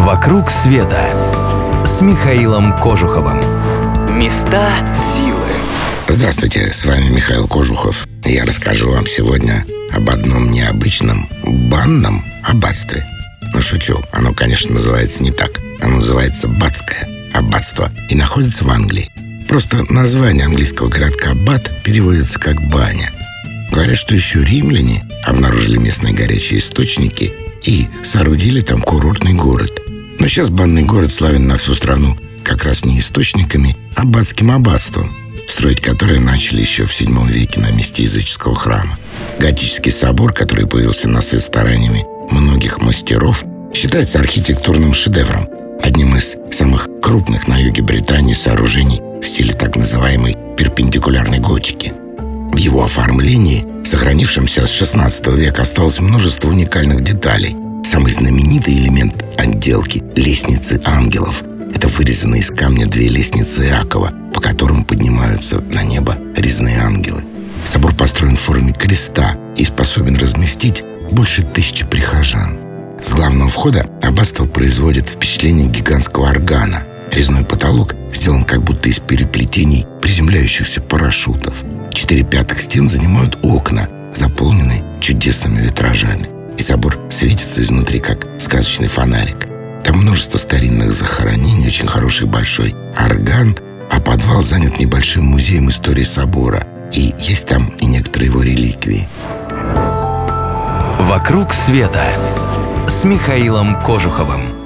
«Вокруг света» с Михаилом Кожуховым. Места силы. Здравствуйте, с вами Михаил Кожухов. Я расскажу вам сегодня об одном необычном банном аббатстве. Но шучу, оно, конечно, называется не так. Оно называется Батское аббатство и находится в Англии. Просто название английского городка Бат переводится как «баня». Говорят, что еще римляне обнаружили местные горячие источники и соорудили там курортный город. Но сейчас банный город славен на всю страну как раз не источниками, а батским аббатством, строить которое начали еще в VII веке на месте языческого храма. Готический собор, который появился на свет стараниями многих мастеров, считается архитектурным шедевром, одним из самых крупных на юге Британии сооружений в стиле так называемой перпендикулярной готики. В его оформлении, сохранившемся с XVI века, осталось множество уникальных деталей. Самый знаменитый элемент отделки – лестницы ангелов. Это вырезанные из камня две лестницы Иакова, по которым поднимаются на небо резные ангелы. Собор построен в форме креста и способен разместить больше 1000 прихожан. С главного входа аббатство производит впечатление гигантского органа. Резной потолок сделан как будто из переплетений приземляющихся парашютов. 4/5 стен занимают окна, заполненные чудесными витражами. И собор светится изнутри, как сказочный фонарик. Там множество старинных захоронений, очень хороший большой орган, а подвал занят небольшим музеем истории собора. И есть там и некоторые его реликвии. «Вокруг света» с Михаилом Кожуховым.